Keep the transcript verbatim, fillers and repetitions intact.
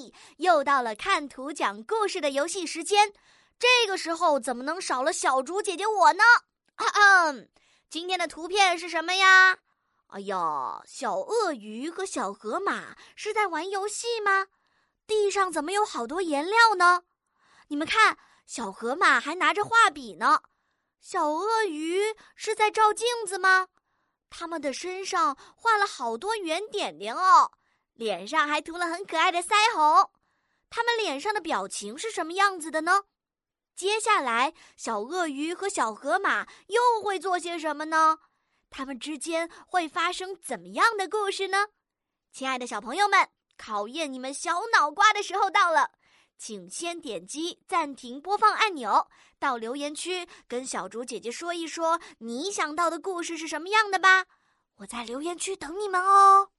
嘿，又到了看图讲故事的游戏时间。这个时候怎么能少了小竹姐姐我呢？咳咳，今天的图片是什么呀？哎呀，小鳄鱼和小河马是在玩游戏吗？地上怎么有好多颜料呢？你们看，小河马还拿着画笔呢。小鳄鱼是在照镜子吗？它们的身上画了好多圆点点哦，脸上还涂了很可爱的腮红。它们脸上的表情是什么样子的呢？接下来，小鳄鱼和小河马又会做些什么呢？它们之间会发生怎么样的故事呢？亲爱的小朋友们，考验你们小脑瓜的时候到了，请先点击暂停播放按钮，到留言区跟小竹姐姐说一说你想到的故事是什么样的吧。我在留言区等你们哦。